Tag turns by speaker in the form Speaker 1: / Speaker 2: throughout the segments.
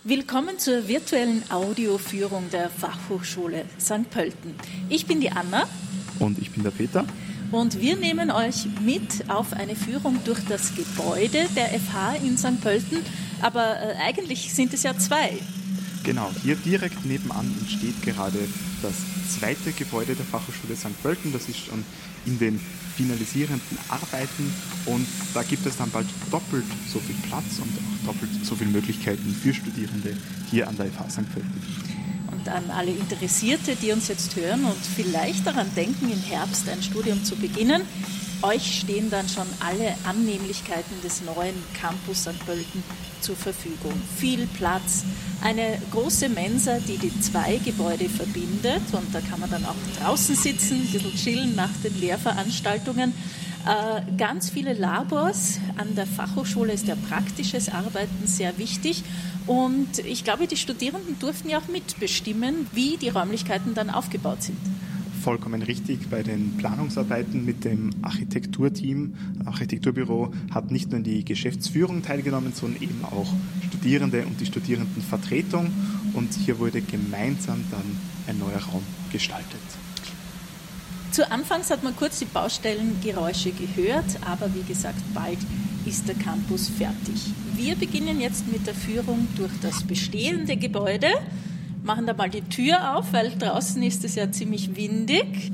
Speaker 1: Willkommen zur virtuellen Audioführung der Fachhochschule St. Pölten. Ich bin die Anna.
Speaker 2: Und ich bin der Peter.
Speaker 1: Und wir nehmen euch mit auf eine Führung durch das Gebäude der FH in St. Pölten. Aber eigentlich sind es ja zwei.
Speaker 2: Genau, hier direkt nebenan entsteht gerade das zweite Gebäude der Fachhochschule St. Pölten. Das ist schon in den finalisierenden Arbeiten und da gibt es dann bald doppelt so viel Platz und auch doppelt so viele Möglichkeiten für Studierende hier an der FH St. Pölten.
Speaker 1: Und an alle Interessierte, die uns jetzt hören und vielleicht daran denken, im Herbst ein Studium zu beginnen, euch stehen dann schon alle Annehmlichkeiten des neuen Campus St. Pölten zur Verfügung. Viel Platz, eine große Mensa, die die zwei Gebäude verbindet und da kann man dann auch draußen sitzen, ein bisschen chillen nach den Lehrveranstaltungen. Ganz viele Labors. An der Fachhochschule ist ja praktisches Arbeiten sehr wichtig und ich glaube, die Studierenden durften ja auch mitbestimmen, wie die Räumlichkeiten dann aufgebaut sind.
Speaker 2: Vollkommen richtig. Bei den Planungsarbeiten mit dem Architekturbüro hat nicht nur die Geschäftsführung teilgenommen, sondern eben auch Studierende und die Studierendenvertretung. Und hier wurde gemeinsam dann ein neuer Raum gestaltet.
Speaker 1: Zu Anfangs hat man kurz die Baustellengeräusche gehört, aber wie gesagt, bald ist der Campus fertig. Wir beginnen jetzt mit der Führung durch das bestehende Gebäude. Machen da mal die Tür auf, weil draußen ist es ja ziemlich windig.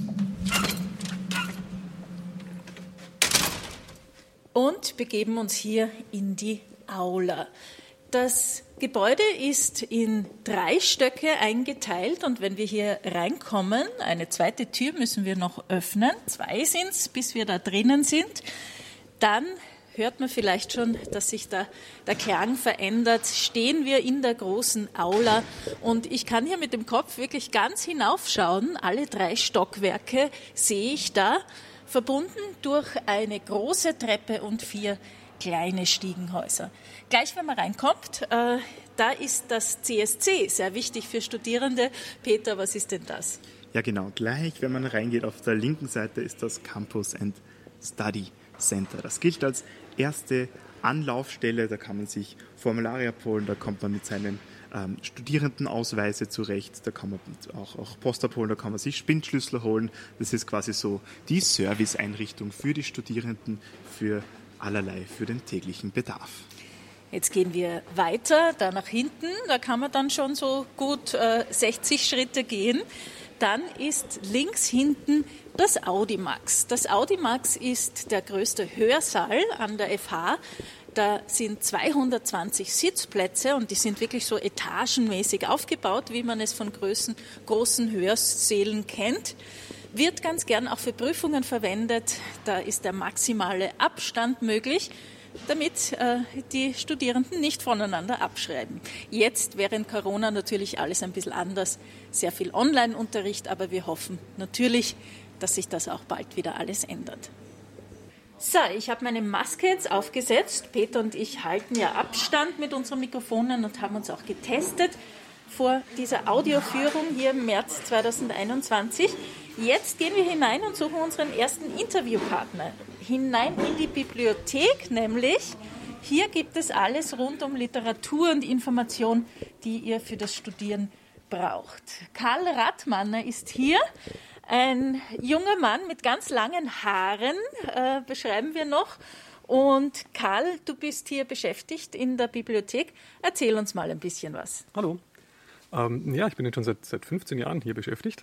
Speaker 1: Und begeben uns hier in die Aula. Das Gebäude ist in 3 Stöcke eingeteilt und wenn wir hier reinkommen, eine zweite Tür müssen wir noch öffnen, 2 sind es, bis wir da drinnen sind, dann hört man vielleicht schon, dass sich da der Klang verändert. Stehen wir in der großen Aula und ich kann hier mit dem Kopf wirklich ganz hinaufschauen. Alle 3 Stockwerke sehe ich da, verbunden durch eine große Treppe und 4 kleine Stiegenhäuser. Gleich, wenn man reinkommt, da ist das CSC sehr wichtig für Studierende. Peter, was ist denn das?
Speaker 2: Ja genau, gleich, wenn man reingeht, auf der linken Seite ist das Campus and Study Center. Das gilt als erste Anlaufstelle, da kann man sich Formulare abholen, da kommt man mit seinen Studierendenausweise zurecht, da kann man auch Post abholen, da kann man sich Spindschlüssel holen. Das ist quasi so die Serviceeinrichtung für die Studierenden, für allerlei, für den täglichen Bedarf.
Speaker 1: Jetzt gehen wir weiter, da nach hinten, da kann man dann schon so gut 60 Schritte gehen. Dann ist links hinten das Audimax. Das Audimax ist der größte Hörsaal an der FH. Da sind 220 Sitzplätze und die sind wirklich so etagenmäßig aufgebaut, wie man es von großen Hörsälen kennt. Wird ganz gern auch für Prüfungen verwendet. Da ist der maximale Abstand möglich, damit die Studierenden nicht voneinander abschreiben. Jetzt während Corona natürlich alles ein bisschen anders, sehr viel Online-Unterricht, aber wir hoffen natürlich, dass sich das auch bald wieder alles ändert. So, ich habe meine Maske jetzt aufgesetzt. Peter und ich halten ja Abstand mit unseren Mikrofonen und haben uns auch getestet vor dieser Audioführung hier im März 2021. Jetzt gehen wir hinein und suchen unseren ersten Interviewpartner. Hinein in die Bibliothek, nämlich hier gibt es alles rund um Literatur und Information, die ihr für das Studieren braucht. Karl Rattmanner ist hier, ein junger Mann mit ganz langen Haaren, beschreiben wir noch. Und Karl, du bist hier beschäftigt in der Bibliothek. Erzähl uns mal ein bisschen was.
Speaker 3: Hallo. Ich bin jetzt schon seit 15 Jahren hier beschäftigt.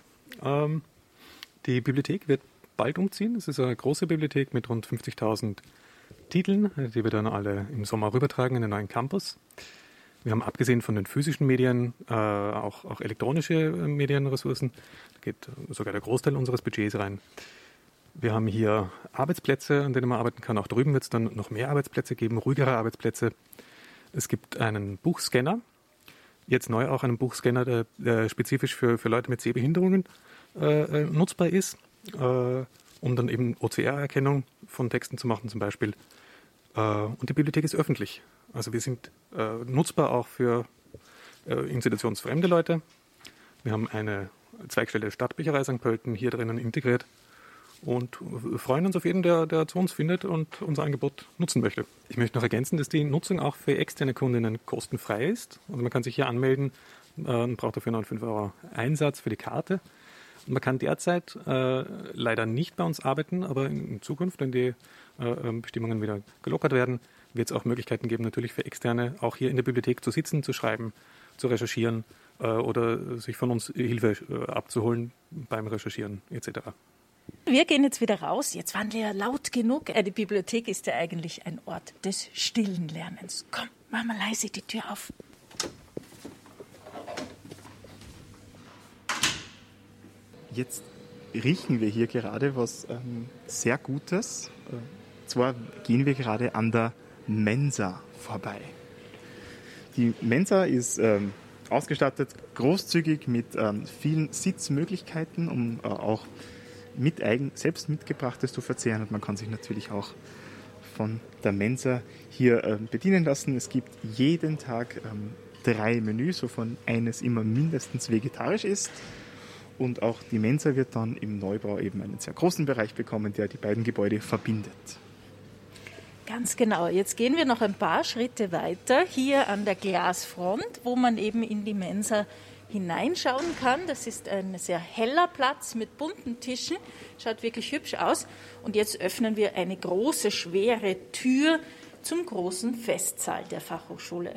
Speaker 3: Die Bibliothek wird bald umziehen. Es ist eine große Bibliothek mit rund 50.000 Titeln, die wir dann alle im Sommer rübertragen in den neuen Campus. Wir haben abgesehen von den physischen Medien auch elektronische Medienressourcen. Da geht sogar der Großteil unseres Budgets rein. Wir haben hier Arbeitsplätze, an denen man arbeiten kann. Auch drüben wird es dann noch mehr Arbeitsplätze geben, ruhigere Arbeitsplätze. Es gibt einen Buchscanner. Jetzt neu auch einen Buchscanner, der spezifisch für Leute mit Sehbehinderungen nutzbar ist, um dann eben OCR-Erkennung von Texten zu machen zum Beispiel. Und die Bibliothek ist öffentlich. Also wir sind nutzbar auch für institutionsfremde Leute. Wir haben eine Zweigstelle der Stadtbücherei St. Pölten hier drinnen integriert und freuen uns auf jeden, der zu uns findet und unser Angebot nutzen möchte. Ich möchte noch ergänzen, dass die Nutzung auch für externe Kundinnen kostenfrei ist. Also man kann sich hier anmelden, braucht dafür noch einen 5 € Einsatz für die Karte. Und man kann derzeit leider nicht bei uns arbeiten, aber in Zukunft, wenn die Bestimmungen wieder gelockert werden, wird es auch Möglichkeiten geben, natürlich für Externe auch hier in der Bibliothek zu sitzen, zu schreiben, zu recherchieren oder sich von uns Hilfe abzuholen beim Recherchieren etc.
Speaker 1: Wir gehen jetzt wieder raus. Jetzt waren wir ja laut genug. Die Bibliothek ist ja eigentlich ein Ort des stillen Lernens. Komm, mach mal leise die Tür auf.
Speaker 2: Jetzt riechen wir hier gerade was sehr Gutes. Zwar gehen wir gerade an der Mensa vorbei. Die Mensa ist ausgestattet großzügig mit vielen Sitzmöglichkeiten, um auch selbst mitgebrachtes zu verzehren. Und man kann sich natürlich auch von der Mensa hier bedienen lassen. Es gibt jeden Tag 3 Menüs, wovon eines immer mindestens vegetarisch ist. Und auch die Mensa wird dann im Neubau eben einen sehr großen Bereich bekommen, der die beiden Gebäude verbindet.
Speaker 1: Ganz genau. Jetzt gehen wir noch ein paar Schritte weiter, hier an der Glasfront, wo man eben in die Mensa hineinschauen kann. Das ist ein sehr heller Platz mit bunten Tischen, schaut wirklich hübsch aus. Und jetzt öffnen wir eine große, schwere Tür zum großen Festsaal der Fachhochschule.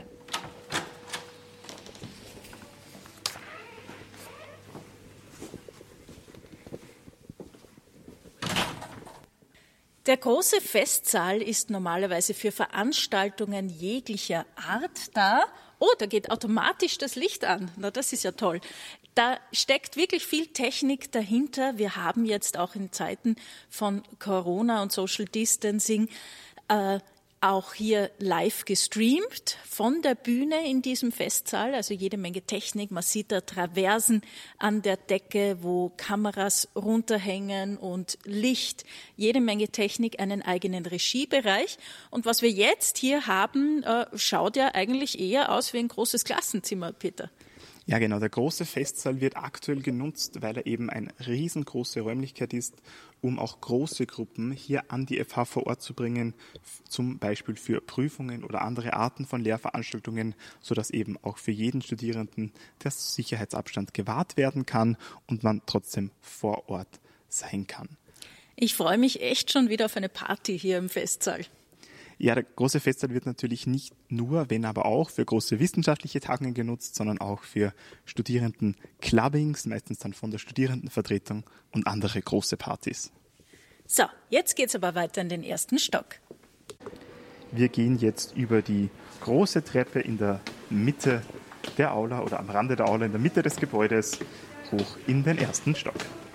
Speaker 1: Der große Festsaal ist normalerweise für Veranstaltungen jeglicher Art da. Oh, da geht automatisch das Licht an. Na, das ist ja toll. Da steckt wirklich viel Technik dahinter. Wir haben jetzt auch in Zeiten von Corona und Social Distancing auch hier live gestreamt von der Bühne in diesem Festsaal, also jede Menge Technik. Man sieht da Traversen an der Decke, wo Kameras runterhängen und Licht, jede Menge Technik, einen eigenen Regiebereich. Und was wir jetzt hier haben, schaut ja eigentlich eher aus wie ein großes Klassenzimmer, Peter.
Speaker 2: Ja, genau. Der große Festsaal wird aktuell genutzt, weil er eben eine riesengroße Räumlichkeit ist, um auch große Gruppen hier an die FH vor Ort zu bringen, zum Beispiel für Prüfungen oder andere Arten von Lehrveranstaltungen, sodass eben auch für jeden Studierenden der Sicherheitsabstand gewahrt werden kann und man trotzdem vor Ort sein kann.
Speaker 1: Ich freue mich echt schon wieder auf eine Party hier im Festsaal.
Speaker 2: Ja, der große Festsaal wird natürlich nicht nur, wenn aber auch für große wissenschaftliche Tagungen genutzt, sondern auch für Studierenden-Clubbings, meistens dann von der Studierendenvertretung und andere große Partys.
Speaker 1: So, jetzt geht's aber weiter in den ersten Stock.
Speaker 2: Wir gehen jetzt über die große Treppe in der Mitte der Aula oder am Rande der Aula in der Mitte des Gebäudes hoch in den ersten Stock.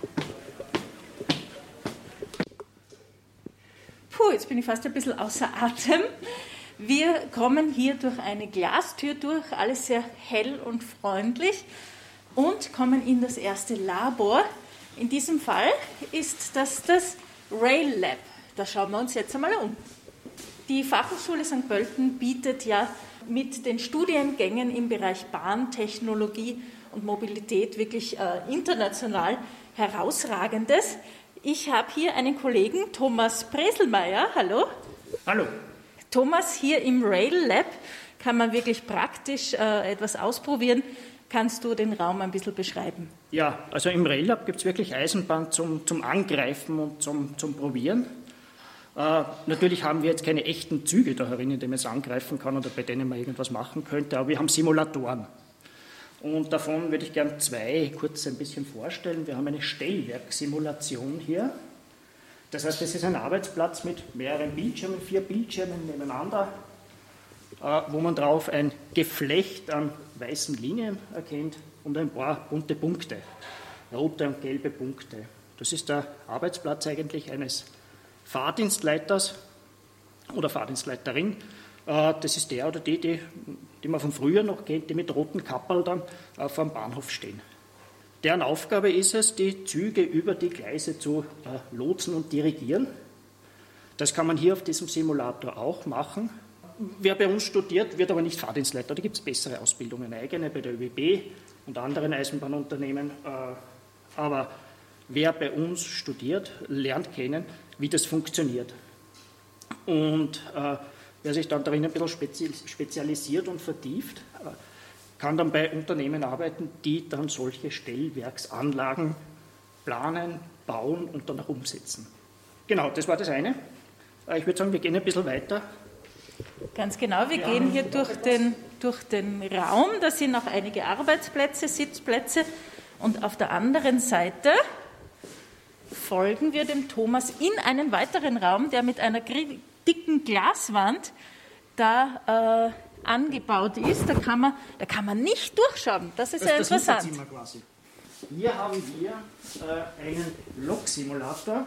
Speaker 1: Jetzt bin ich fast ein bisschen außer Atem. Wir kommen hier durch eine Glastür durch, alles sehr hell und freundlich und kommen in das erste Labor. In diesem Fall ist das Rail Lab. Da schauen wir uns jetzt einmal um. Die Fachhochschule St. Pölten bietet ja mit den Studiengängen im Bereich Bahntechnologie und Mobilität wirklich international Herausragendes. Ich habe hier einen Kollegen, Thomas Preselmeier. Hallo.
Speaker 4: Hallo.
Speaker 1: Thomas, hier im Rail Lab kann man wirklich praktisch etwas ausprobieren. Kannst du den Raum ein bisschen beschreiben?
Speaker 4: Ja, also im Rail Lab gibt es wirklich Eisenbahn zum Angreifen und zum Probieren. Natürlich haben wir jetzt keine echten Züge da herin, in denen man es angreifen kann oder bei denen man irgendwas machen könnte, aber wir haben Simulatoren. Und davon würde ich gerne 2 kurz ein bisschen vorstellen. Wir haben eine Stellwerksimulation hier. Das heißt, es ist ein Arbeitsplatz mit mehreren Bildschirmen, 4 Bildschirmen nebeneinander, wo man drauf ein Geflecht an weißen Linien erkennt und ein paar bunte Punkte, rote und gelbe Punkte. Das ist der Arbeitsplatz eigentlich eines Fahrdienstleiters oder Fahrdienstleiterin. Das ist der oder die man von früher noch kennt, die mit roten Kapperl dann vor dem Bahnhof stehen. Deren Aufgabe ist es, die Züge über die Gleise zu lotsen und dirigieren. Das kann man hier auf diesem Simulator auch machen. Wer bei uns studiert, wird aber nicht Fahrdienstleiter. Da gibt es bessere Ausbildungen, eigene bei der ÖBB und anderen Eisenbahnunternehmen. Aber wer bei uns studiert, lernt kennen, wie das funktioniert. Und wer sich dann darin ein bisschen spezialisiert und vertieft, kann dann bei Unternehmen arbeiten, die dann solche Stellwerksanlagen planen, bauen und dann auch umsetzen. Genau, das war das eine. Ich würde sagen, wir gehen ein bisschen weiter.
Speaker 1: Ganz genau, wir gehen hier durch den Raum. Da sind auch einige Arbeitsplätze, Sitzplätze. Und auf der anderen Seite folgen wir dem Thomas in einen weiteren Raum, der mit einer dicken Glaswand da angebaut ist. Da kann man nicht durchschauen. Das ist ja interessant.
Speaker 4: Das Hinterzimmer quasi. Hier haben wir einen Lok-Simulator,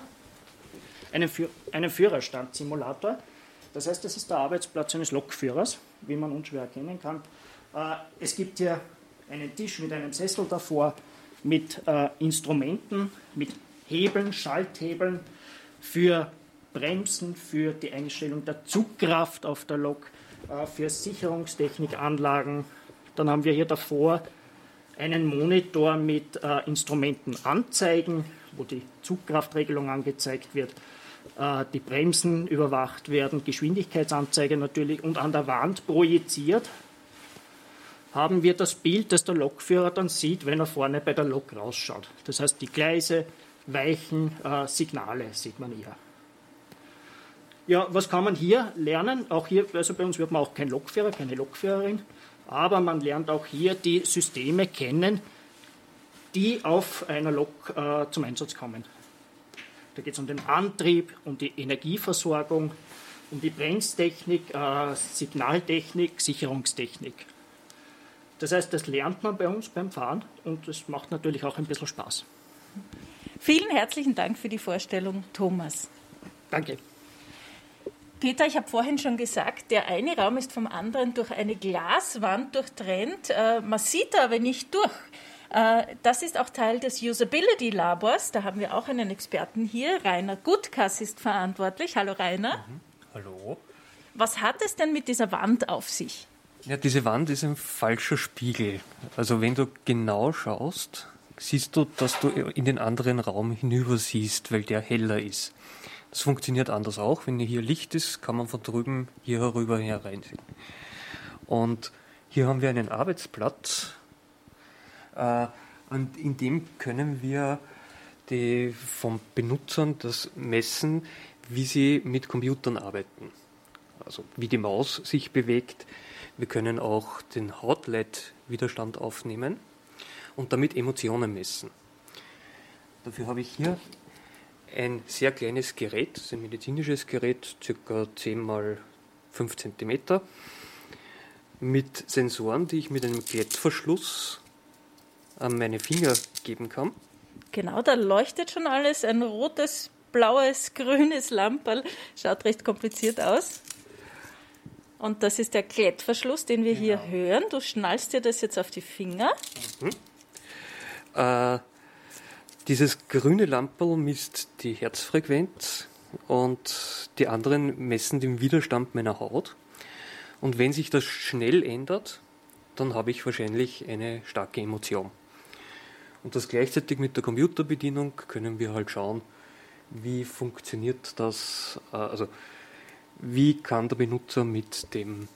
Speaker 4: einen Führerstandsimulator. Das heißt, das ist der Arbeitsplatz eines Lokführers, wie man unschwer erkennen kann. Es gibt hier einen Tisch mit einem Sessel davor, mit Instrumenten, mit Hebeln, Schalthebeln für Bremsen, für die Einstellung der Zugkraft auf der Lok, für Sicherungstechnikanlagen. Dann haben wir hier davor einen Monitor mit Instrumentenanzeigen, wo die Zugkraftregelung angezeigt wird, die Bremsen überwacht werden, Geschwindigkeitsanzeige natürlich, und an der Wand projiziert haben wir das Bild, das der Lokführer dann sieht, wenn er vorne bei der Lok rausschaut. Das heißt, die Gleise, Weichen, Signale sieht man hier. Ja, was kann man hier lernen? Auch hier, also bei uns wird man auch kein Lokführer, keine Lokführerin, aber man lernt auch hier die Systeme kennen, die auf einer Lok zum Einsatz kommen. Da geht es um den Antrieb, um die Energieversorgung, um die Bremstechnik, Signaltechnik, Sicherungstechnik. Das heißt, das lernt man bei uns beim Fahren und das macht natürlich auch ein bisschen Spaß.
Speaker 1: Vielen herzlichen Dank für die Vorstellung, Thomas.
Speaker 4: Danke.
Speaker 1: Peter, ich habe vorhin schon gesagt, der eine Raum ist vom anderen durch eine Glaswand durchtrennt. Man sieht da aber nicht durch. Das ist auch Teil des Usability-Labors. Da haben wir auch einen Experten hier. Rainer Gutkas ist verantwortlich. Hallo Rainer.
Speaker 5: Hallo.
Speaker 1: Was hat es denn mit dieser Wand auf sich?
Speaker 5: Ja, diese Wand ist ein falscher Spiegel. Also wenn du genau schaust, siehst du, dass du in den anderen Raum hinüber siehst, weil der heller ist. Das funktioniert anders auch. Wenn hier Licht ist, kann man von drüben hier herüber hereinsehen. Und hier haben wir einen Arbeitsplatz, und in dem können wir von Benutzern das messen, wie sie mit Computern arbeiten. Also wie die Maus sich bewegt. Wir können auch den Hautleitwiderstand aufnehmen und damit Emotionen messen. Dafür habe ich hier ein sehr kleines Gerät, das ist ein medizinisches Gerät, ca. 10 x 5 cm, mit Sensoren, die ich mit einem Klettverschluss an meine Finger geben kann.
Speaker 1: Genau, da leuchtet schon alles, ein rotes, blaues, grünes Lamperl, schaut recht kompliziert aus. Und das ist der Klettverschluss, den wir hier hören. Du schnallst dir das jetzt auf die Finger.
Speaker 5: Dieses grüne Lamperl misst die Herzfrequenz und die anderen messen den Widerstand meiner Haut. Und wenn sich das schnell ändert, dann habe ich wahrscheinlich eine starke Emotion. Und das gleichzeitig mit der Computerbedienung können wir halt schauen, wie funktioniert das, also wie kann der Benutzer mit dem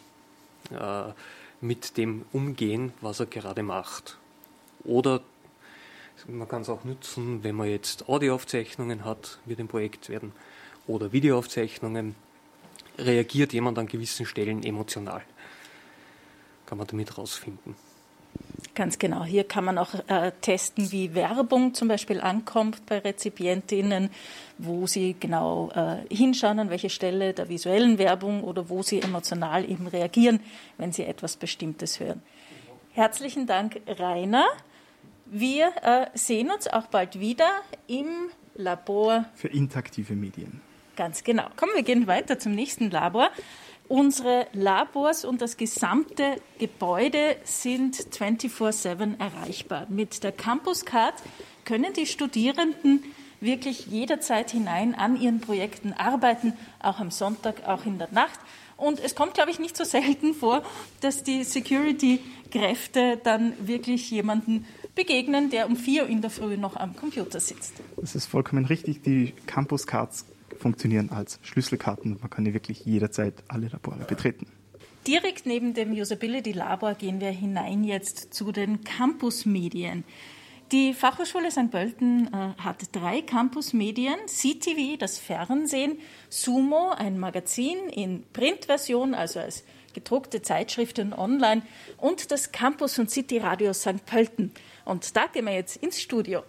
Speaker 5: umgehen, was er gerade macht. Oder man kann es auch nutzen, wenn man jetzt Audioaufzeichnungen hat, wird im Projekt werden, oder Videoaufzeichnungen, reagiert jemand an gewissen Stellen emotional. Kann man damit rausfinden.
Speaker 1: Ganz genau. Hier kann man auch testen, wie Werbung zum Beispiel ankommt bei RezipientInnen, wo sie genau hinschauen, an welche Stelle der visuellen Werbung oder wo sie emotional eben reagieren, wenn sie etwas Bestimmtes hören. Herzlichen Dank, Rainer. Wir sehen uns auch bald wieder im Labor
Speaker 2: für interaktive Medien.
Speaker 1: Ganz genau. Kommen wir gehen weiter zum nächsten Labor. Unsere Labors und das gesamte Gebäude sind 24/7 erreichbar. Mit der Campus Card können die Studierenden wirklich jederzeit hinein an ihren Projekten arbeiten, auch am Sonntag, auch in der Nacht. Und es kommt, glaube ich, nicht so selten vor, dass die Security-Kräfte dann wirklich jemanden begegnen, der um 4 in der Früh noch am Computer sitzt.
Speaker 2: Das ist vollkommen richtig. Die Campus Cards funktionieren als Schlüsselkarten. Man kann hier wirklich jederzeit alle Labore betreten.
Speaker 1: Direkt neben dem Usability Labor gehen wir hinein jetzt zu den Campusmedien. Die Fachhochschule St. Pölten hat 3 Campusmedien: CTV, das Fernsehen, Sumo, ein Magazin in Printversion, also als gedruckte Zeitschriften online, und das Campus und City Radio St. Pölten. Und da gehen wir jetzt ins Studio.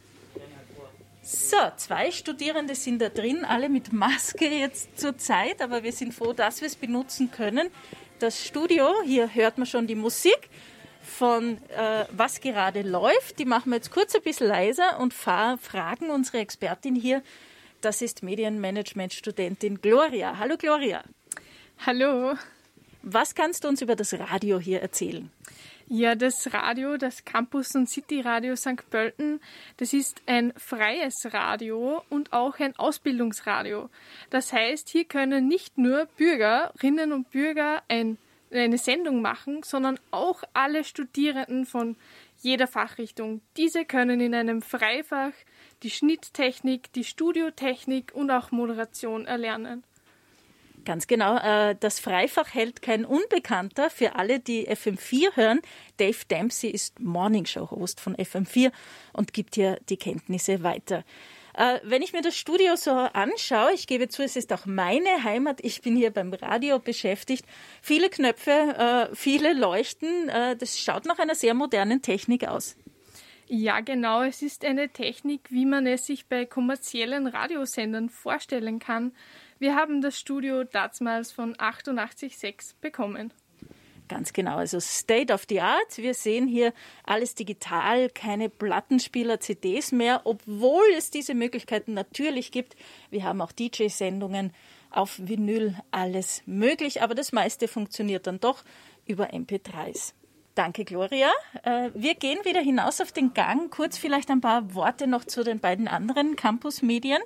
Speaker 1: So, 2 Studierende sind da drin, alle mit Maske jetzt zur Zeit, aber wir sind froh, dass wir es benutzen können. Das Studio, hier hört man schon die Musik von was gerade läuft. Die machen wir jetzt kurz ein bisschen leiser und fragen unsere Expertin hier. Das ist Medienmanagement-Studentin Gloria. Hallo Gloria.
Speaker 6: Hallo.
Speaker 1: Was kannst du uns über das Radio hier erzählen?
Speaker 6: Ja, das Radio, das Campus- und City-Radio St. Pölten, das ist ein freies Radio und auch ein Ausbildungsradio. Das heißt, hier können nicht nur Bürgerinnen und Bürger eine Sendung machen, sondern auch alle Studierenden von jeder Fachrichtung. Diese können in einem Freifach die Schnitttechnik, die Studiotechnik und auch Moderation erlernen.
Speaker 1: Ganz genau. Das Freifach hält kein Unbekannter. Für alle, die FM4 hören, Dave Dempsey ist Morningshow-Host von FM4 und gibt hier die Kenntnisse weiter. Wenn ich mir das Studio so anschaue, ich gebe zu, es ist auch meine Heimat, ich bin hier beim Radio beschäftigt, viele Knöpfe, viele Leuchten, das schaut nach einer sehr modernen Technik aus.
Speaker 6: Ja, genau, es ist eine Technik, wie man es sich bei kommerziellen Radiosendern vorstellen kann. Wir haben das Studio damals von 88.6 bekommen.
Speaker 1: Ganz genau, also State of the Art. Wir sehen hier alles digital, keine Plattenspieler, CDs mehr, obwohl es diese Möglichkeiten natürlich gibt. Wir haben auch DJ-Sendungen auf Vinyl, alles möglich, aber das meiste funktioniert dann doch über MP3s. Danke, Gloria. Wir gehen wieder hinaus auf den Gang. Kurz vielleicht ein paar Worte noch zu den beiden anderen Campusmedien.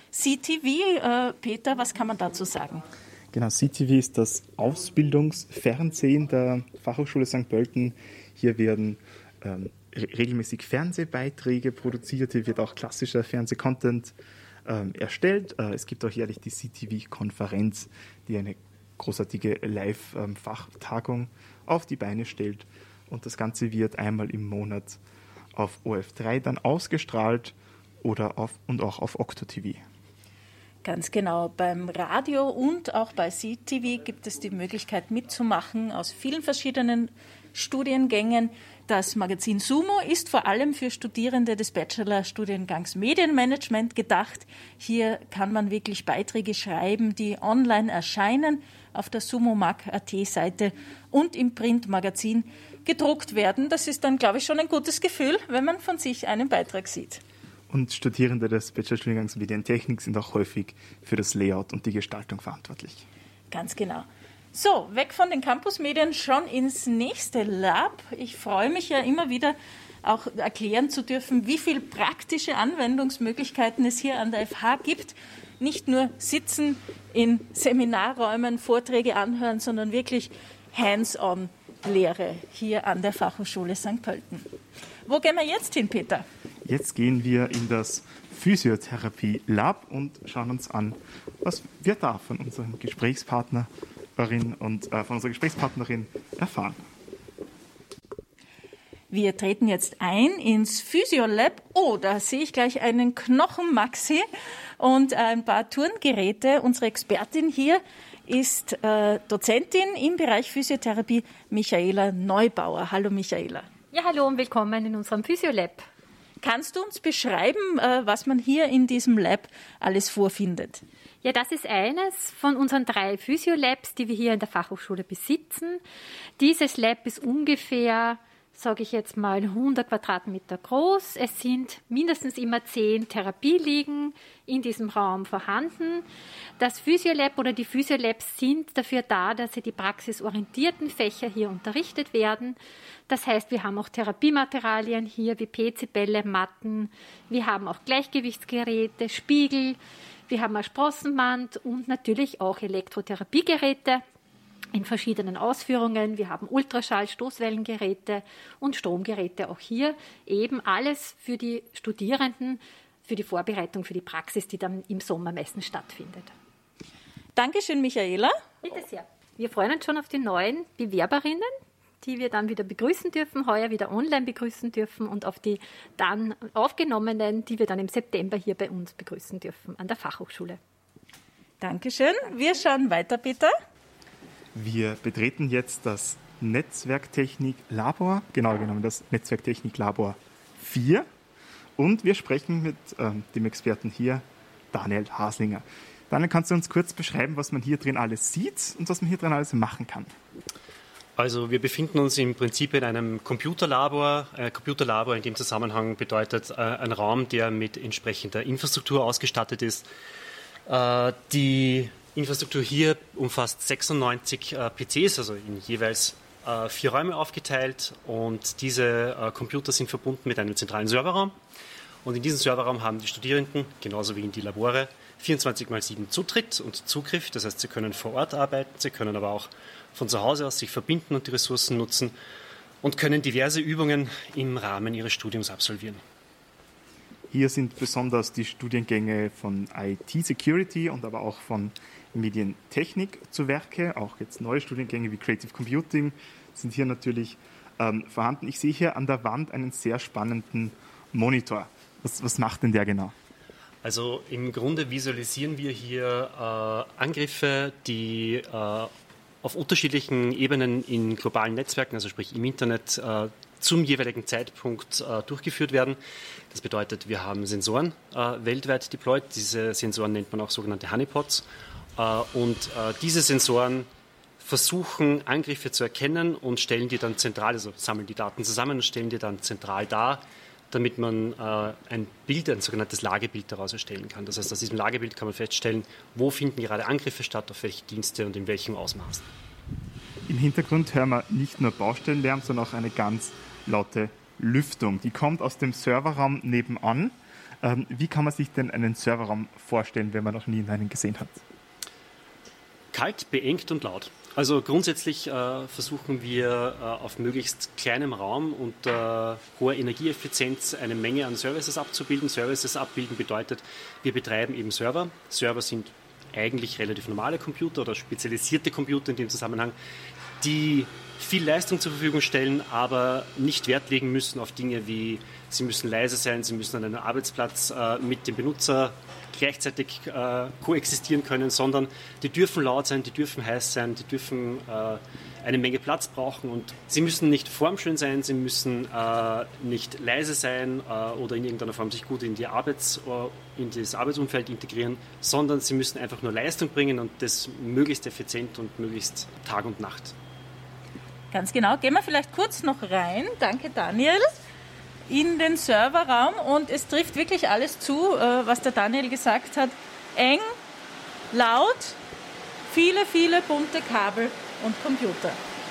Speaker 1: CTV, Peter, was kann man dazu sagen?
Speaker 2: Genau, CTV ist das Ausbildungsfernsehen der Fachhochschule St. Pölten. Hier werden regelmäßig Fernsehbeiträge produziert, hier wird auch klassischer Fernsehcontent erstellt. Es gibt auch jährlich die CTV-Konferenz, die eine großartige Live-Fachtagung auf die Beine stellt. Und das Ganze wird einmal im Monat auf OF3 dann ausgestrahlt oder auch auf Okto TV.
Speaker 1: Ganz genau. Beim Radio und auch bei CTV gibt es die Möglichkeit mitzumachen aus vielen verschiedenen Studiengängen. Das Magazin Sumo ist vor allem für Studierende des Bachelor-Studiengangs Medienmanagement gedacht. Hier kann man wirklich Beiträge schreiben, die online erscheinen auf der sumomag.at-Seite und im Printmagazin gedruckt werden. Das ist dann, glaube ich, schon ein gutes Gefühl, wenn man von sich einen Beitrag sieht.
Speaker 2: Und Studierende des Bachelorstudiengangs Medientechnik sind auch häufig für das Layout und die Gestaltung verantwortlich.
Speaker 1: Ganz genau. So, weg von den Campusmedien schon ins nächste Lab. Ich freue mich ja immer wieder, auch erklären zu dürfen, wie viele praktische Anwendungsmöglichkeiten es hier an der FH gibt. Nicht nur sitzen in Seminarräumen, Vorträge anhören, sondern wirklich hands-on Lehre hier an der Fachhochschule St. Pölten. Wo gehen wir jetzt hin, Peter?
Speaker 2: Jetzt gehen wir in das Physiotherapie-Lab und schauen uns an, was wir da von unserem Gesprächspartnerin erfahren.
Speaker 1: Wir treten jetzt ein ins Physiolab. Oh, da sehe ich gleich einen Knochenmaxi und ein paar Turngeräte. Unsere Expertin hier ist Dozentin im Bereich Physiotherapie, Michaela Neubauer. Hallo Michaela.
Speaker 7: Ja, hallo und willkommen in unserem Physiolab.
Speaker 1: Kannst du uns beschreiben, was man hier in diesem Lab alles vorfindet?
Speaker 7: Ja, das ist eines von unseren 3 Physiolabs, die wir hier in der Fachhochschule besitzen. Dieses Lab ist ungefähr, sage ich jetzt mal, 100 Quadratmeter groß. Es sind mindestens immer 10 Therapieliegen in diesem Raum vorhanden. Das Physiolab oder die Physiolabs sind dafür da, dass sie die praxisorientierten Fächer hier unterrichtet werden. Das heißt, wir haben auch Therapiematerialien hier wie PC-Bälle, Matten. Wir haben auch Gleichgewichtsgeräte, Spiegel. Wir haben ein Sprossenband und natürlich auch Elektrotherapiegeräte. in verschiedenen Ausführungen. Wir haben Ultraschall, Stoßwellengeräte und Stromgeräte auch hier. Eben alles für die Studierenden, für die Vorbereitung, für die Praxis, die dann im Sommer meistens stattfindet.
Speaker 1: Dankeschön, Michaela.
Speaker 7: Bitte sehr. Wir freuen uns schon auf die neuen Bewerberinnen, die wir dann wieder begrüßen dürfen, heuer wieder online begrüßen dürfen und auf die dann aufgenommenen, die wir dann im September hier bei uns begrüßen dürfen an der Fachhochschule.
Speaker 1: Dankeschön. Wir schauen weiter, Peter.
Speaker 2: Wir betreten jetzt das Netzwerktechnik-Labor, genau genommen das Netzwerktechnik-Labor 4. Und wir sprechen mit dem Experten hier, Daniel Haslinger. Daniel, kannst du uns kurz beschreiben, was man hier drin alles sieht und was man hier drin alles machen kann?
Speaker 8: Also wir befinden uns im Prinzip in einem Computerlabor. Computerlabor in dem Zusammenhang bedeutet ein Raum, der mit entsprechender Infrastruktur ausgestattet ist. Die Infrastruktur hier umfasst 96 PCs, also in jeweils 4 Räume aufgeteilt, und diese Computer sind verbunden mit einem zentralen Serverraum. Und in diesen Serverraum haben die Studierenden, genauso wie in die Labore, 24x7 Zutritt und Zugriff. Das heißt, sie können vor Ort arbeiten, sie können aber auch von zu Hause aus sich verbinden und die Ressourcen nutzen und können diverse Übungen im Rahmen ihres Studiums absolvieren.
Speaker 2: Hier sind besonders die Studiengänge von IT-Security und aber auch von Medientechnik zu Werke. Auch jetzt neue Studiengänge wie Creative Computing sind hier natürlich vorhanden. Ich sehe hier an der Wand einen sehr spannenden Monitor. Was macht denn der genau?
Speaker 8: Also im Grunde visualisieren wir hier Angriffe, die auf unterschiedlichen Ebenen in globalen Netzwerken, also sprich im Internet, zum jeweiligen Zeitpunkt durchgeführt werden. Das bedeutet, wir haben Sensoren weltweit deployed. Diese Sensoren nennt man auch sogenannte Honeypots. Und diese Sensoren versuchen, Angriffe zu erkennen und stellen die dann zentral, also sammeln die Daten zusammen und stellen die dann zentral dar, damit man ein Bild, ein sogenanntes Lagebild daraus erstellen kann. Das heißt, aus diesem Lagebild kann man feststellen, wo finden gerade Angriffe statt, auf welche Dienste und in welchem Ausmaß.
Speaker 2: Im Hintergrund hören wir nicht nur Baustellenlärm, sondern auch eine ganz laute Lüftung. Die kommt aus dem Serverraum nebenan. Wie kann man sich denn einen Serverraum vorstellen, wenn man noch nie einen gesehen hat?
Speaker 8: Kalt, beengt und laut. Also grundsätzlich versuchen wir auf möglichst kleinem Raum und hoher Energieeffizienz eine Menge an Services abzubilden. Services abbilden bedeutet, wir betreiben eben Server. Server sind eigentlich relativ normale Computer oder spezialisierte Computer in dem Zusammenhang, die viel Leistung zur Verfügung stellen, aber nicht Wert legen müssen auf Dinge wie, sie müssen leise sein, sie müssen an einem Arbeitsplatz mit dem Benutzer gleichzeitig koexistieren können, sondern die dürfen laut sein, die dürfen heiß sein, die dürfen eine Menge Platz brauchen und sie müssen nicht formschön sein, sie müssen nicht leise sein oder in irgendeiner Form sich gut in das Arbeitsumfeld integrieren, sondern sie müssen einfach nur Leistung bringen und das möglichst effizient und möglichst Tag und Nacht.
Speaker 1: Ganz genau. Gehen wir vielleicht kurz noch rein. Danke, Daniel. In den Serverraum und es trifft wirklich alles zu, was der Daniel gesagt hat. Eng, laut, viele, viele bunte Kabel und Computer.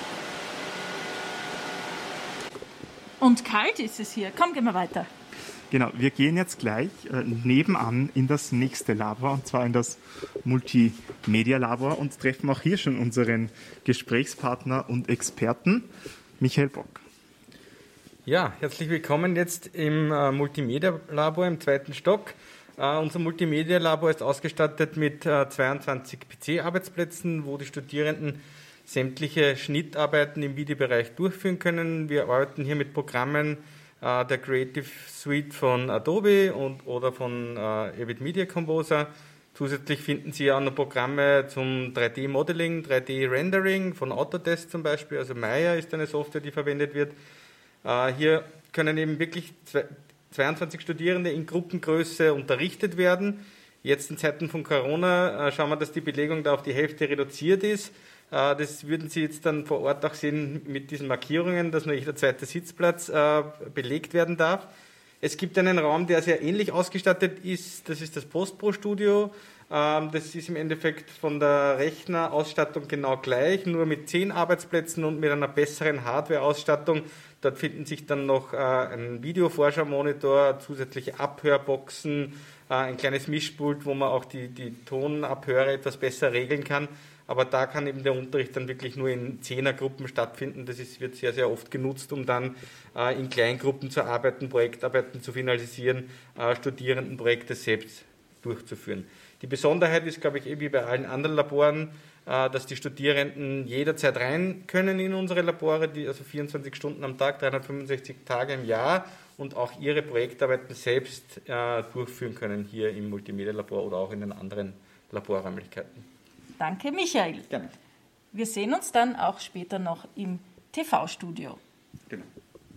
Speaker 1: Und kalt ist es hier. Komm, gehen wir weiter.
Speaker 2: Genau, wir gehen jetzt gleich nebenan in das nächste Labor, und zwar in das Multimedia-Labor, und treffen auch hier schon unseren Gesprächspartner und Experten, Michael Bock.
Speaker 9: Ja, herzlich willkommen jetzt im Multimedia-Labor im 2. Stock. Unser Multimedia-Labor ist ausgestattet mit 22 PC-Arbeitsplätzen, wo die Studierenden sämtliche Schnittarbeiten im Videobereich durchführen können. Wir arbeiten hier mit Programmen der Creative Suite von Adobe oder von Avid Media Composer. Zusätzlich finden Sie auch noch Programme zum 3D-Modeling, 3D-Rendering von Autodesk zum Beispiel. Also Maya ist eine Software, die verwendet wird. Hier können eben wirklich 22 Studierende in Gruppengröße unterrichtet werden. Jetzt in Zeiten von Corona schauen wir, dass die Belegung da auf die Hälfte reduziert ist. Das würden Sie jetzt dann vor Ort auch sehen mit diesen Markierungen, dass nur jeder zweite Sitzplatz belegt werden darf. Es gibt einen Raum, der sehr ähnlich ausgestattet ist. Das ist das Postpro-Studio. Das ist im Endeffekt von der Rechnerausstattung genau gleich, nur mit 10 Arbeitsplätzen und mit einer besseren Hardware-Ausstattung. Dort finden sich dann noch ein Videovorschau-Monitor, zusätzliche Abhörboxen, ein kleines Mischpult, wo man auch die Tonabhöre etwas besser regeln kann. aber da kann eben der Unterricht dann wirklich nur in 10er-Gruppen stattfinden. Das wird sehr, sehr oft genutzt, um dann in Kleingruppen zu arbeiten, Projektarbeiten zu finalisieren, Studierendenprojekte selbst durchzuführen. Die Besonderheit ist, glaube ich, wie bei allen anderen Laboren, dass die Studierenden jederzeit rein können in unsere Labore, also 24 Stunden am Tag, 365 Tage im Jahr, und auch ihre Projektarbeiten selbst durchführen können hier im Multimedia-Labor oder auch in den anderen Laborräumlichkeiten.
Speaker 1: Danke, Michael.
Speaker 9: Gerne.
Speaker 1: Wir sehen uns dann auch später noch im TV-Studio.
Speaker 9: Genau.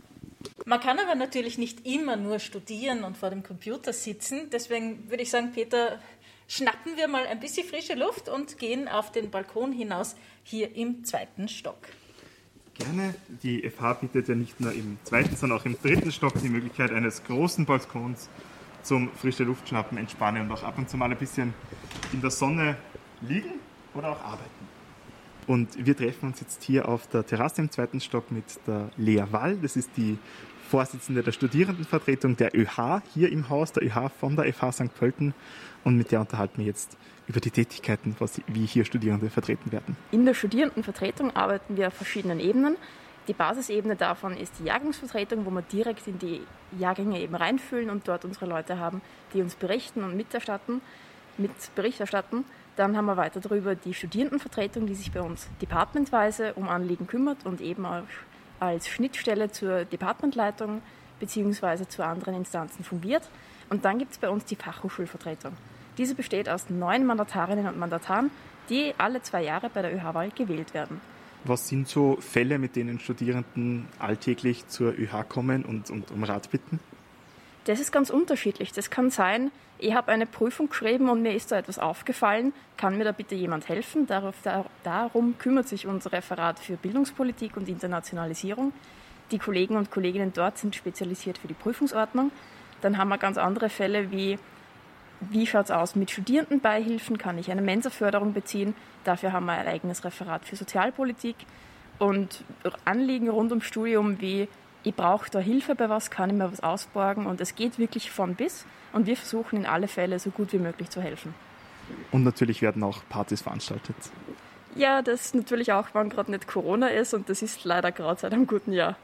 Speaker 1: Man kann aber natürlich nicht immer nur studieren und vor dem Computer sitzen. Deswegen würde ich sagen, Peter, schnappen wir mal ein bisschen frische Luft und gehen auf den Balkon hinaus hier im 2. Stock.
Speaker 2: Gerne. Die FH bietet ja nicht nur im 2., sondern auch im 3. Stock die Möglichkeit eines großen Balkons zum frische Luft schnappen, entspannen und auch ab und zu mal ein bisschen in der Sonne liegen oder auch arbeiten. Und wir treffen uns jetzt hier auf der Terrasse im 2. Stock mit der Lea Wall. Das ist die Vorsitzende der Studierendenvertretung der ÖH hier im Haus, der ÖH von der FH St. Pölten. Und mit der unterhalten wir jetzt über die Tätigkeiten, wie hier Studierende vertreten werden.
Speaker 10: In der Studierendenvertretung arbeiten wir auf verschiedenen Ebenen. Die Basisebene davon ist die Jahrgangsvertretung, wo wir direkt in die Jahrgänge eben reinfühlen und dort unsere Leute haben, die uns berichten und Bericht erstatten. Dann haben wir weiter darüber die Studierendenvertretung, die sich bei uns departmentweise um Anliegen kümmert und eben auch als Schnittstelle zur Departmentleitung bzw. zu anderen Instanzen fungiert. Und dann gibt es bei uns die Fachhochschulvertretung. Diese besteht aus 9 Mandatarinnen und Mandataren, die alle 2 Jahre bei der ÖH-Wahl gewählt werden.
Speaker 2: Was sind so Fälle, mit denen Studierenden alltäglich zur ÖH kommen und um Rat bitten?
Speaker 10: Das ist ganz unterschiedlich. Das kann sein, ich habe eine Prüfung geschrieben und mir ist da etwas aufgefallen. Kann mir da bitte jemand helfen? Darum kümmert sich unser Referat für Bildungspolitik und Internationalisierung. Die Kollegen und Kolleginnen dort sind spezialisiert für die Prüfungsordnung. Dann haben wir ganz andere Fälle wie schaut es aus mit Studierendenbeihilfen? Kann ich eine Mensa-Förderung beziehen? Dafür haben wir ein eigenes Referat für Sozialpolitik. Und Anliegen rund ums Studium wie ich brauche da Hilfe bei was, kann ich mir was ausborgen, und es geht wirklich von bis, und wir versuchen in alle Fälle so gut wie möglich zu helfen.
Speaker 2: Und natürlich werden auch Partys veranstaltet.
Speaker 10: Ja, das natürlich auch, wenn gerade nicht Corona ist, und das ist leider gerade seit einem guten Jahr.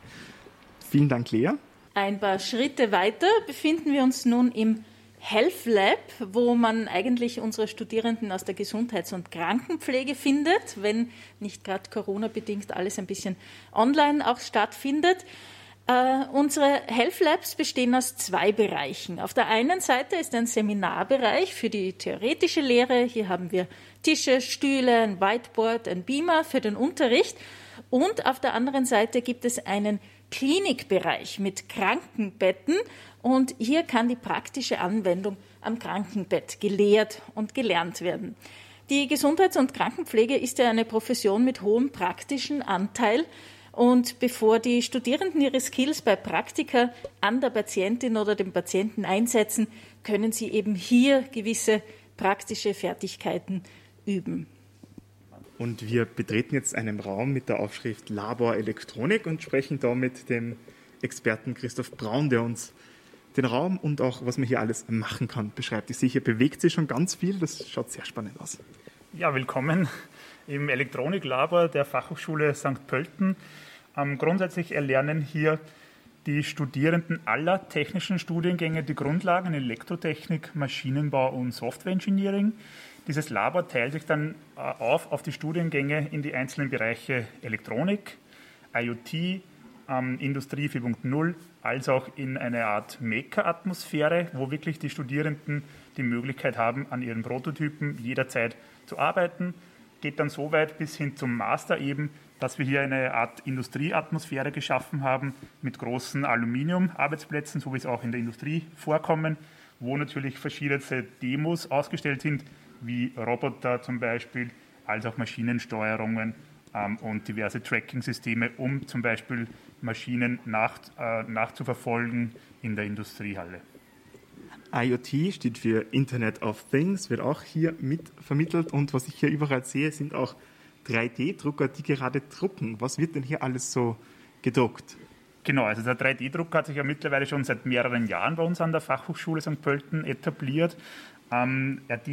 Speaker 2: Vielen Dank, Lea.
Speaker 1: Ein paar Schritte weiter befinden wir uns nun im Health Lab, wo man eigentlich unsere Studierenden aus der Gesundheits- und Krankenpflege findet, wenn nicht gerade Corona-bedingt alles ein bisschen online auch stattfindet. Unsere Health Labs bestehen aus 2 Bereichen. Auf der einen Seite ist ein Seminarbereich für die theoretische Lehre. Hier haben wir Tische, Stühle, ein Whiteboard, ein Beamer für den Unterricht. Und auf der anderen Seite gibt es einen Klinikbereich mit Krankenbetten, und hier kann die praktische Anwendung am Krankenbett gelehrt und gelernt werden. Die Gesundheits- und Krankenpflege ist ja eine Profession mit hohem praktischen Anteil, und bevor die Studierenden ihre Skills bei Praktika an der Patientin oder dem Patienten einsetzen, können sie eben hier gewisse praktische Fertigkeiten üben.
Speaker 2: Und wir betreten jetzt einen Raum mit der Aufschrift Labor Elektronik und sprechen da mit dem Experten Christoph Braun, der uns den Raum und auch, was man hier alles machen kann, beschreibt. Ich sehe, hier bewegt sich schon ganz viel, das schaut sehr spannend aus.
Speaker 11: Ja, willkommen im Elektroniklabor der Fachhochschule St. Pölten. Grundsätzlich erlernen hier die Studierenden aller technischen Studiengänge die Grundlagen in Elektrotechnik, Maschinenbau und Software Engineering. Dieses Labor teilt sich dann auf die Studiengänge in die einzelnen Bereiche Elektronik, IoT, Industrie 4.0, als auch in eine Art Maker-Atmosphäre, wo wirklich die Studierenden die Möglichkeit haben, an ihren Prototypen jederzeit zu arbeiten. Geht dann so weit bis hin zum Master eben, dass wir hier eine Art Industrieatmosphäre geschaffen haben mit großen Aluminium-Arbeitsplätzen, so wie es auch in der Industrie vorkommen, wo natürlich verschiedene Demos ausgestellt sind, wie Roboter zum Beispiel, als auch Maschinensteuerungen und diverse Tracking-Systeme, um zum Beispiel Maschinen nachzuverfolgen in der Industriehalle.
Speaker 2: IoT steht für Internet of Things, wird auch hier mit vermittelt, und was ich hier überall sehe, sind auch 3D-Drucker, die gerade drucken. Was wird denn hier alles so gedruckt?
Speaker 11: Genau, also der 3D-Drucker hat sich ja mittlerweile schon seit mehreren Jahren bei uns an der Fachhochschule St. Pölten etabliert. Er dient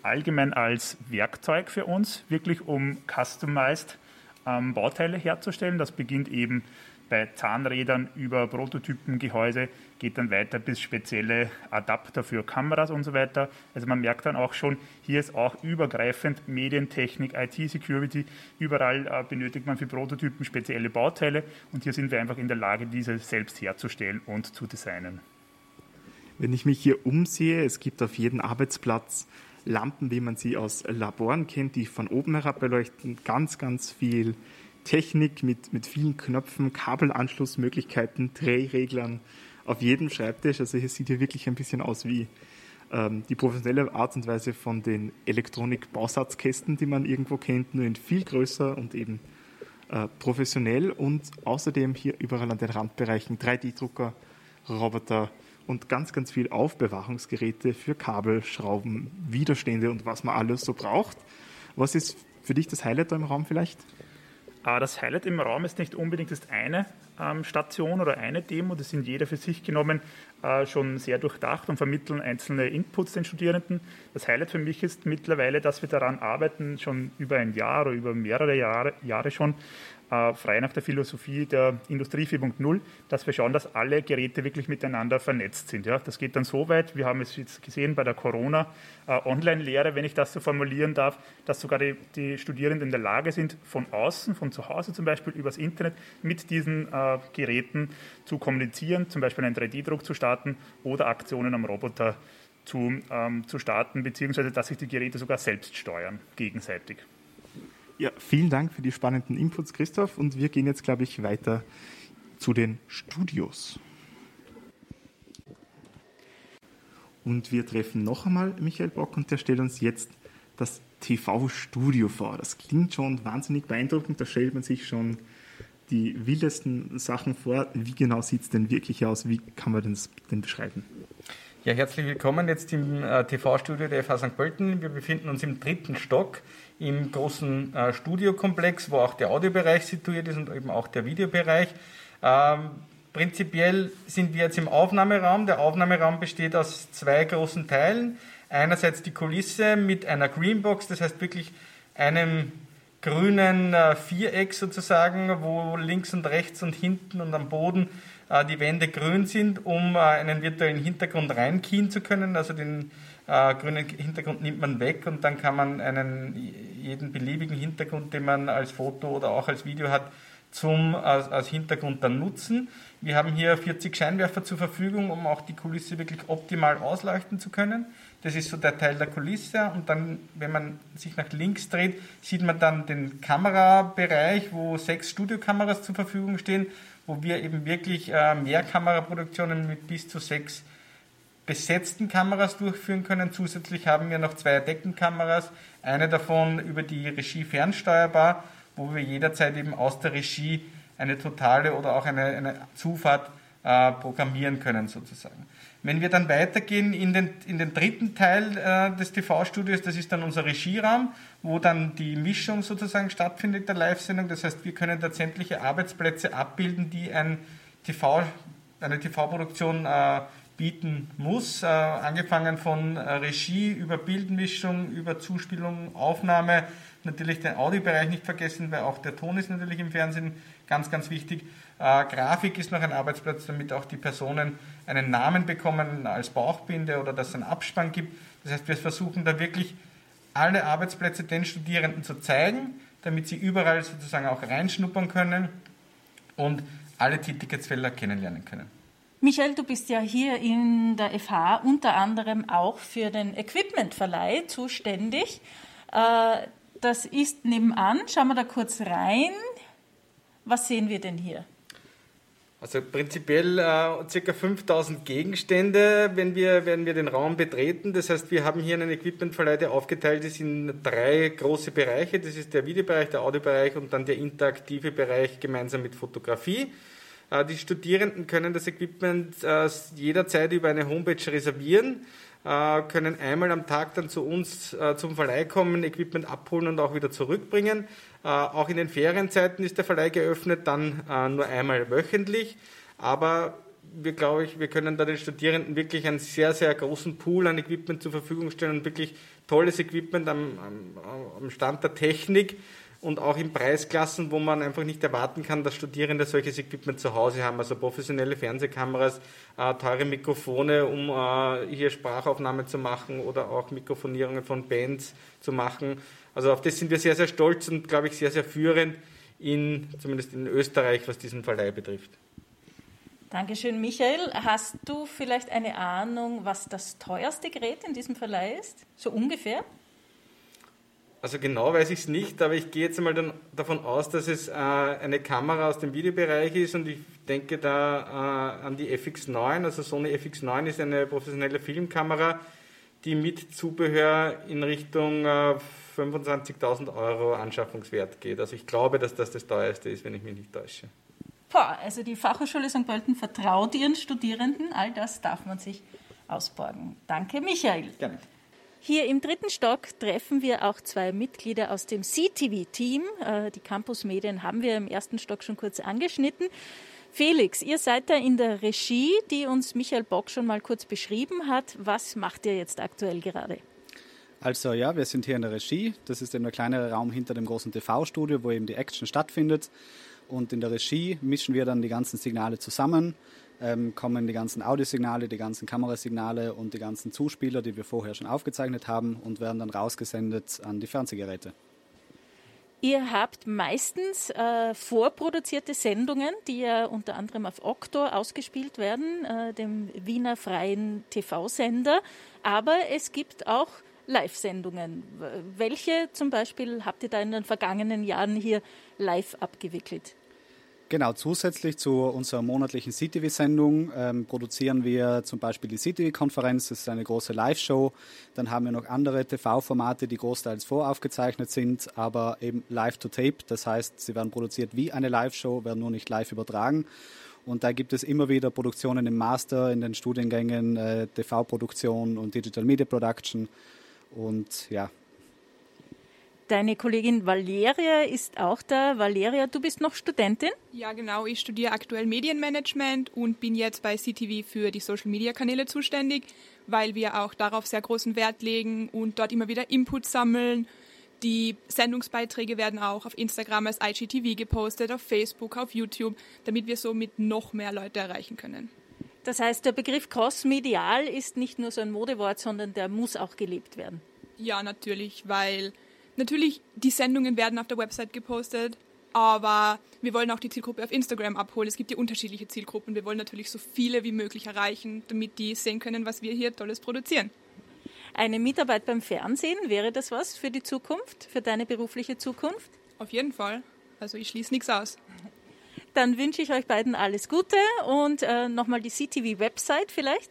Speaker 11: allgemein als Werkzeug für uns, wirklich um customized Bauteile herzustellen. Das beginnt eben bei Zahnrädern über Prototypen, Gehäuse, geht dann weiter bis spezielle Adapter für Kameras und so weiter. Also man merkt dann auch schon, hier ist auch übergreifend Medientechnik, IT-Security, überall benötigt man für Prototypen spezielle Bauteile und hier sind wir einfach in der Lage, diese selbst herzustellen und zu designen.
Speaker 2: Wenn ich mich hier umsehe, es gibt auf jedem Arbeitsplatz Lampen, wie man sie aus Laboren kennt, die von oben herab beleuchten, ganz, ganz viel Technik mit vielen Knöpfen, Kabelanschlussmöglichkeiten, Drehreglern auf jedem Schreibtisch. Also hier sieht hier wirklich ein bisschen aus wie die professionelle Art und Weise von den Elektronik-Bausatzkästen, die man irgendwo kennt, nur in viel größer und eben professionell. Und außerdem hier überall an den Randbereichen 3D-Drucker, Roboter und ganz, ganz viel Aufbewahrungsgeräte für Kabel, Schrauben, Widerstände und was man alles so braucht. Was ist für dich das Highlight da im Raum vielleicht?
Speaker 11: Das Highlight im Raum ist nicht unbedingt ist eine Station oder eine Demo, das sind jeder für sich genommen schon sehr durchdacht und vermitteln einzelne Inputs den Studierenden. Das Highlight für mich ist mittlerweile, dass wir daran arbeiten, schon über ein Jahr oder über mehrere Jahre schon, frei nach der Philosophie der Industrie 4.0, dass wir schauen, dass alle Geräte wirklich miteinander vernetzt sind. Ja, das geht dann so weit, wir haben es jetzt gesehen bei der Corona-Online-Lehre, wenn ich das so formulieren darf, dass sogar die Studierenden in der Lage sind, von außen, von zu Hause zum Beispiel, übers Internet mit diesen Geräten zu kommunizieren, zum Beispiel einen 3D-Druck zu starten oder Aktionen am Roboter zu starten, beziehungsweise dass sich die Geräte sogar selbst steuern, gegenseitig.
Speaker 2: Ja, vielen Dank für die spannenden Inputs, Christoph. Und wir gehen jetzt, glaube ich, weiter zu den Studios. Und wir treffen noch einmal Michael Bock und der stellt uns jetzt das TV-Studio vor. Das klingt schon wahnsinnig beeindruckend. Da stellt man sich schon die wildesten Sachen vor. Wie genau sieht es denn wirklich aus? Wie kann man das denn beschreiben?
Speaker 9: Ja, herzlich willkommen jetzt im TV-Studio der FH St. Pölten. Wir befinden uns im 3. Stock im großen Studiokomplex, wo auch der Audiobereich situiert ist und eben auch der Videobereich. Prinzipiell sind wir jetzt im Aufnahmeraum. Der Aufnahmeraum besteht aus 2 großen Teilen. Einerseits die Kulisse mit einer Greenbox, das heißt wirklich einem grünen Viereck sozusagen, wo links und rechts und hinten und am Boden die Wände grün sind, um einen virtuellen Hintergrund reinkien zu können. Also den grünen Hintergrund nimmt man weg und dann kann man jeden beliebigen Hintergrund, den man als Foto oder auch als Video hat, als Hintergrund dann nutzen. Wir haben hier 40 Scheinwerfer zur Verfügung, um auch die Kulisse wirklich optimal ausleuchten zu können. Das ist so der Teil der Kulisse und dann, wenn man sich nach links dreht, sieht man dann den Kamerabereich, wo 6 Studiokameras zur Verfügung stehen, wo wir eben wirklich Mehrkameraproduktionen mit bis zu 6 besetzten Kameras durchführen können. Zusätzlich haben wir noch 2 Deckenkameras, eine davon über die Regie fernsteuerbar, wo wir jederzeit eben aus der Regie eine totale oder auch eine Zufahrt programmieren können sozusagen. Wenn wir dann weitergehen in den 3. Teil des TV-Studios, das ist dann unser Regieraum, wo dann die Mischung sozusagen stattfindet der Live-Sendung. Das heißt, wir können da sämtliche Arbeitsplätze abbilden, die eine TV-Produktion bieten muss, angefangen von Regie über Bildmischung, über Zuspielung, Aufnahme, natürlich den Audiobereich nicht vergessen, weil auch der Ton ist natürlich im Fernsehen ganz, ganz wichtig. Grafik ist noch ein Arbeitsplatz, damit auch die Personen einen Namen bekommen als Bauchbinde oder dass es einen Abspann gibt. Das heißt, wir versuchen da wirklich alle Arbeitsplätze den Studierenden zu zeigen, damit sie überall sozusagen auch reinschnuppern können und alle Tätigkeitsfelder kennenlernen können.
Speaker 1: Michael, du bist ja hier in der FH unter anderem auch für den Equipmentverleih zuständig. Das ist nebenan. Schauen wir da kurz rein. Was sehen wir denn hier?
Speaker 9: Also prinzipiell ca. 5000 Gegenstände, wenn wir den Raum betreten. Das heißt, wir haben hier einen Equipmentverleih, der aufgeteilt ist in 3 große Bereiche. Das ist der Videobereich, der Audiobereich und dann der interaktive Bereich gemeinsam mit Fotografie. Die Studierenden können das Equipment jederzeit über eine Homepage reservieren, können einmal am Tag dann zu uns zum Verleih kommen, Equipment abholen und auch wieder zurückbringen. Auch in den Ferienzeiten ist der Verleih geöffnet, dann nur einmal wöchentlich. Aber wir können da den Studierenden wirklich einen sehr, sehr großen Pool an Equipment zur Verfügung stellen und wirklich tolles Equipment am Stand der Technik und auch in Preisklassen, wo man einfach nicht erwarten kann, dass Studierende solches Equipment zu Hause haben, also professionelle Fernsehkameras, teure Mikrofone, um hier Sprachaufnahmen zu machen oder auch Mikrofonierungen von Bands zu machen. Also auf das sind wir sehr, sehr stolz und, glaube ich, sehr, sehr führend, zumindest in Österreich, was diesen Verleih betrifft.
Speaker 1: Dankeschön, Michael. Hast du vielleicht eine Ahnung, was das teuerste Gerät in diesem Verleih ist? So ungefähr?
Speaker 9: Also genau weiß ich es nicht, aber ich gehe jetzt einmal davon aus, dass es eine Kamera aus dem Videobereich ist und ich denke da an die FX9. Also Sony FX9 ist eine professionelle Filmkamera, die mit Zubehör in Richtung 25.000 Euro Anschaffungswert geht. Also ich glaube, dass das teuerste ist, wenn ich mich nicht täusche.
Speaker 1: Also die Fachhochschule St. Pölten vertraut ihren Studierenden, all das darf man sich ausborgen. Danke, Michael.
Speaker 9: Gerne.
Speaker 1: Hier im 3. Stock treffen wir auch 2 Mitglieder aus dem CTV-Team. Die Campus-Medien haben wir im 1. Stock schon kurz angeschnitten. Felix, ihr seid da in der Regie, die uns Michael Bock schon mal kurz beschrieben hat. Was macht ihr jetzt aktuell gerade?
Speaker 12: Also ja, wir sind hier in der Regie. Das ist eben der kleinere Raum hinter dem großen TV-Studio, wo eben die Action stattfindet. Und in der Regie mischen wir dann die ganzen Signale zusammen, kommen die ganzen Audiosignale, die ganzen Kamerasignale und die ganzen Zuspieler, die wir vorher schon aufgezeichnet haben, und werden dann rausgesendet an die Fernsehgeräte.
Speaker 1: Ihr habt meistens vorproduzierte Sendungen, die ja unter anderem auf Oktor ausgespielt werden, dem Wiener freien TV-Sender. Aber es gibt auch Live-Sendungen. Welche zum Beispiel habt ihr da in den vergangenen Jahren hier live abgewickelt?
Speaker 12: Genau, zusätzlich zu unserer monatlichen CTV-Sendung produzieren wir zum Beispiel die CTV-Konferenz, das ist eine große Live-Show. Dann haben wir noch andere TV-Formate, die großteils voraufgezeichnet sind, aber eben live-to-tape. Das heißt, sie werden produziert wie eine Live-Show, werden nur nicht live übertragen. Und da gibt es immer wieder Produktionen im Master, in den Studiengängen, TV-Produktion und Digital Media Production. Und ja.
Speaker 1: Deine Kollegin Valeria ist auch da. Valeria, du bist noch Studentin?
Speaker 13: Ja, genau. Ich studiere aktuell Medienmanagement und bin jetzt bei CTV für die Social-Media-Kanäle zuständig, weil wir auch darauf sehr großen Wert legen und dort immer wieder Input sammeln. Die Sendungsbeiträge werden auch auf Instagram als IGTV gepostet, auf Facebook, auf YouTube, damit wir somit noch mehr Leute erreichen können.
Speaker 1: Das heißt, der Begriff crossmedial ist nicht nur so ein Modewort, sondern der muss auch gelebt werden.
Speaker 13: Ja, natürlich, weil natürlich die Sendungen werden auf der Website gepostet, aber wir wollen auch die Zielgruppe auf Instagram abholen. Es gibt ja unterschiedliche Zielgruppen. Wir wollen natürlich so viele wie möglich erreichen, damit die sehen können, was wir hier Tolles produzieren.
Speaker 1: Eine Mitarbeit beim Fernsehen, wäre das was für die Zukunft, für deine berufliche Zukunft?
Speaker 13: Auf jeden Fall. Also ich schließe nichts aus.
Speaker 1: Dann wünsche ich euch beiden alles Gute und nochmal die CTV-Website vielleicht.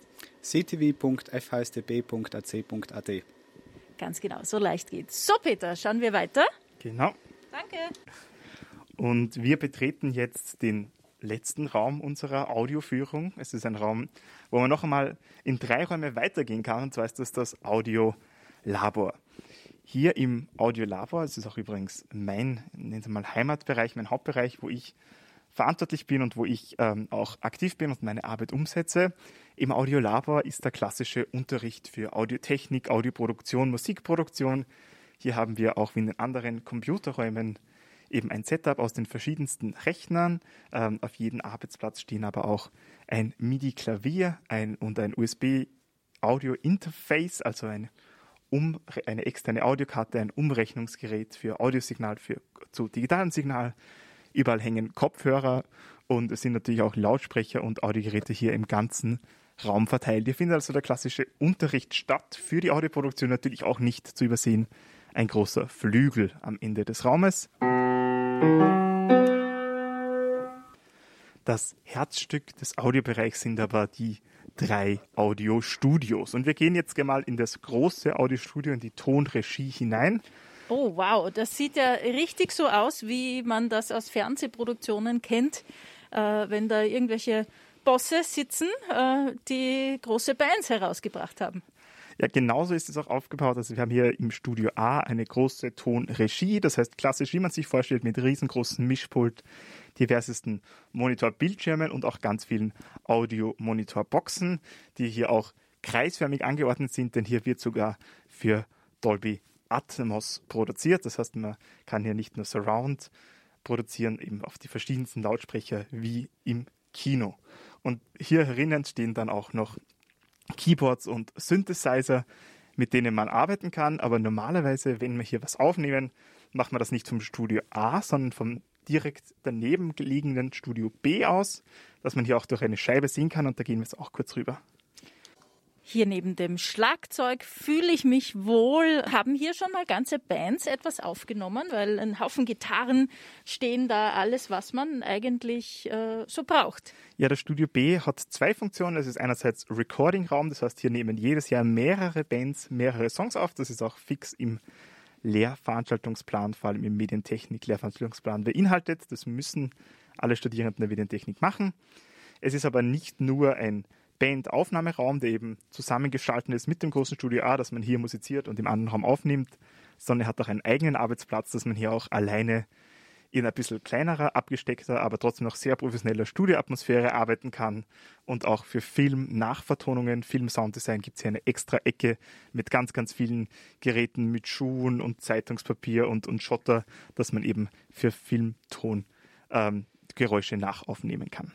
Speaker 12: ctv.fhsdb.ac.at.
Speaker 1: Ganz genau, so leicht geht's. So, Peter, schauen wir weiter.
Speaker 2: Genau.
Speaker 1: Danke.
Speaker 2: Und wir betreten jetzt den letzten Raum unserer Audioführung. Es ist ein Raum, wo man noch einmal in 3 Räume weitergehen kann, und zwar ist das Audiolabor. Hier im Audiolabor, es ist auch übrigens mein, nennen Sie mal Heimatbereich, mein Hauptbereich, wo ich verantwortlich bin und wo ich auch aktiv bin und meine Arbeit umsetze. Im Audiolabor ist der klassische Unterricht für Audiotechnik, Audioproduktion, Musikproduktion. Hier haben wir auch wie in den anderen Computerräumen eben ein Setup aus den verschiedensten Rechnern. Auf jedem Arbeitsplatz stehen aber auch ein MIDI-Klavier und ein USB-Audio-Interface, also eine externe Audiokarte, ein Umrechnungsgerät für Audiosignal zu digitalem Signal. Überall hängen Kopfhörer und es sind natürlich auch Lautsprecher und Audiogeräte hier im ganzen Raum verteilt. Hier findet also der klassische Unterricht statt. Für die Audioproduktion natürlich auch nicht zu übersehen. Ein großer Flügel am Ende des Raumes. Das Herzstück des Audiobereichs sind aber die 3 Audiostudios. Und wir gehen jetzt mal in das große Audiostudio, in die Tonregie hinein.
Speaker 1: Oh wow, das sieht ja richtig so aus, wie man das aus Fernsehproduktionen kennt, wenn da irgendwelche Bosse sitzen, die große Bands herausgebracht haben.
Speaker 2: Ja, genauso ist es auch aufgebaut. Also wir haben hier im Studio A eine große Tonregie, das heißt klassisch, wie man sich vorstellt, mit riesengroßem Mischpult, diversesten Monitorbildschirmen und auch ganz vielen Audio-Monitorboxen, die hier auch kreisförmig angeordnet sind, denn hier wird sogar für Dolby Atmos produziert. Das heißt, man kann hier nicht nur Surround produzieren, eben auf die verschiedensten Lautsprecher wie im Kino. Und hier herinnen stehen dann auch noch Keyboards und Synthesizer, mit denen man arbeiten kann. Aber normalerweise, wenn wir hier was aufnehmen, macht man das nicht vom Studio A, sondern vom direkt daneben liegenden Studio B aus, dass man hier auch durch eine Scheibe sehen kann. Und da gehen wir jetzt auch kurz rüber.
Speaker 1: Hier neben dem Schlagzeug fühle ich mich wohl. Haben hier schon mal ganze Bands etwas aufgenommen, weil ein Haufen Gitarren stehen da, alles, was man eigentlich so braucht.
Speaker 2: Ja, das Studio B hat zwei Funktionen. Es ist einerseits Recording-Raum, das heißt, hier nehmen jedes Jahr mehrere Bands mehrere Songs auf. Das ist auch fix im Lehrveranstaltungsplan, vor allem im Medientechnik-Lehrveranstaltungsplan beinhaltet. Das müssen alle Studierenden der Medientechnik machen. Es ist aber nicht nur ein Bandaufnahmeraum, der eben zusammengeschaltet ist mit dem großen Studio A, dass man hier musiziert und im anderen Raum aufnimmt, sondern er hat auch einen eigenen Arbeitsplatz, dass man hier auch alleine in ein bisschen kleinerer, abgesteckter, aber trotzdem noch sehr professioneller Studioatmosphäre arbeiten kann. Und auch für Film-Nachvertonungen, Film-Sounddesign gibt es hier eine extra Ecke mit ganz, ganz vielen Geräten, mit Schuhen und Zeitungspapier und Schotter, dass man eben für Filmton Geräusche nachaufnehmen kann.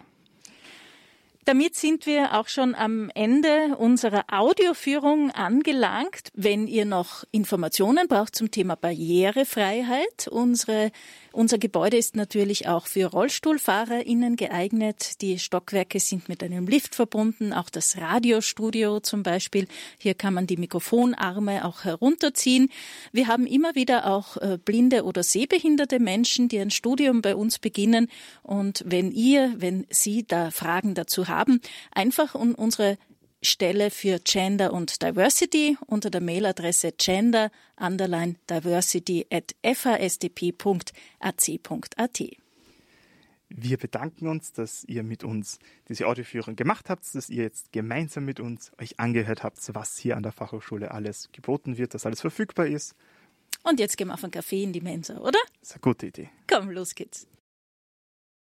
Speaker 1: Damit sind wir auch schon am Ende unserer Audioführung angelangt. Wenn ihr noch Informationen braucht zum Thema Barrierefreiheit, unser Gebäude ist natürlich auch für RollstuhlfahrerInnen geeignet. Die Stockwerke sind mit einem Lift verbunden, auch das Radiostudio zum Beispiel. Hier kann man die Mikrofonarme auch herunterziehen. Wir haben immer wieder auch blinde oder sehbehinderte Menschen, die ein Studium bei uns beginnen. Und wenn Sie da Fragen dazu haben, einfach an unsere Stelle für Gender und Diversity unter der Mailadresse gender_diversity@fhsdp.ac.at.
Speaker 2: Wir bedanken uns, dass ihr mit uns diese Audioführung gemacht habt, dass ihr jetzt gemeinsam mit uns euch angehört habt, was hier an der Fachhochschule alles geboten wird, dass alles verfügbar ist.
Speaker 1: Und jetzt gehen wir auf einen Kaffee in die Mensa, oder?
Speaker 2: Das ist eine gute Idee.
Speaker 1: Komm, los geht's.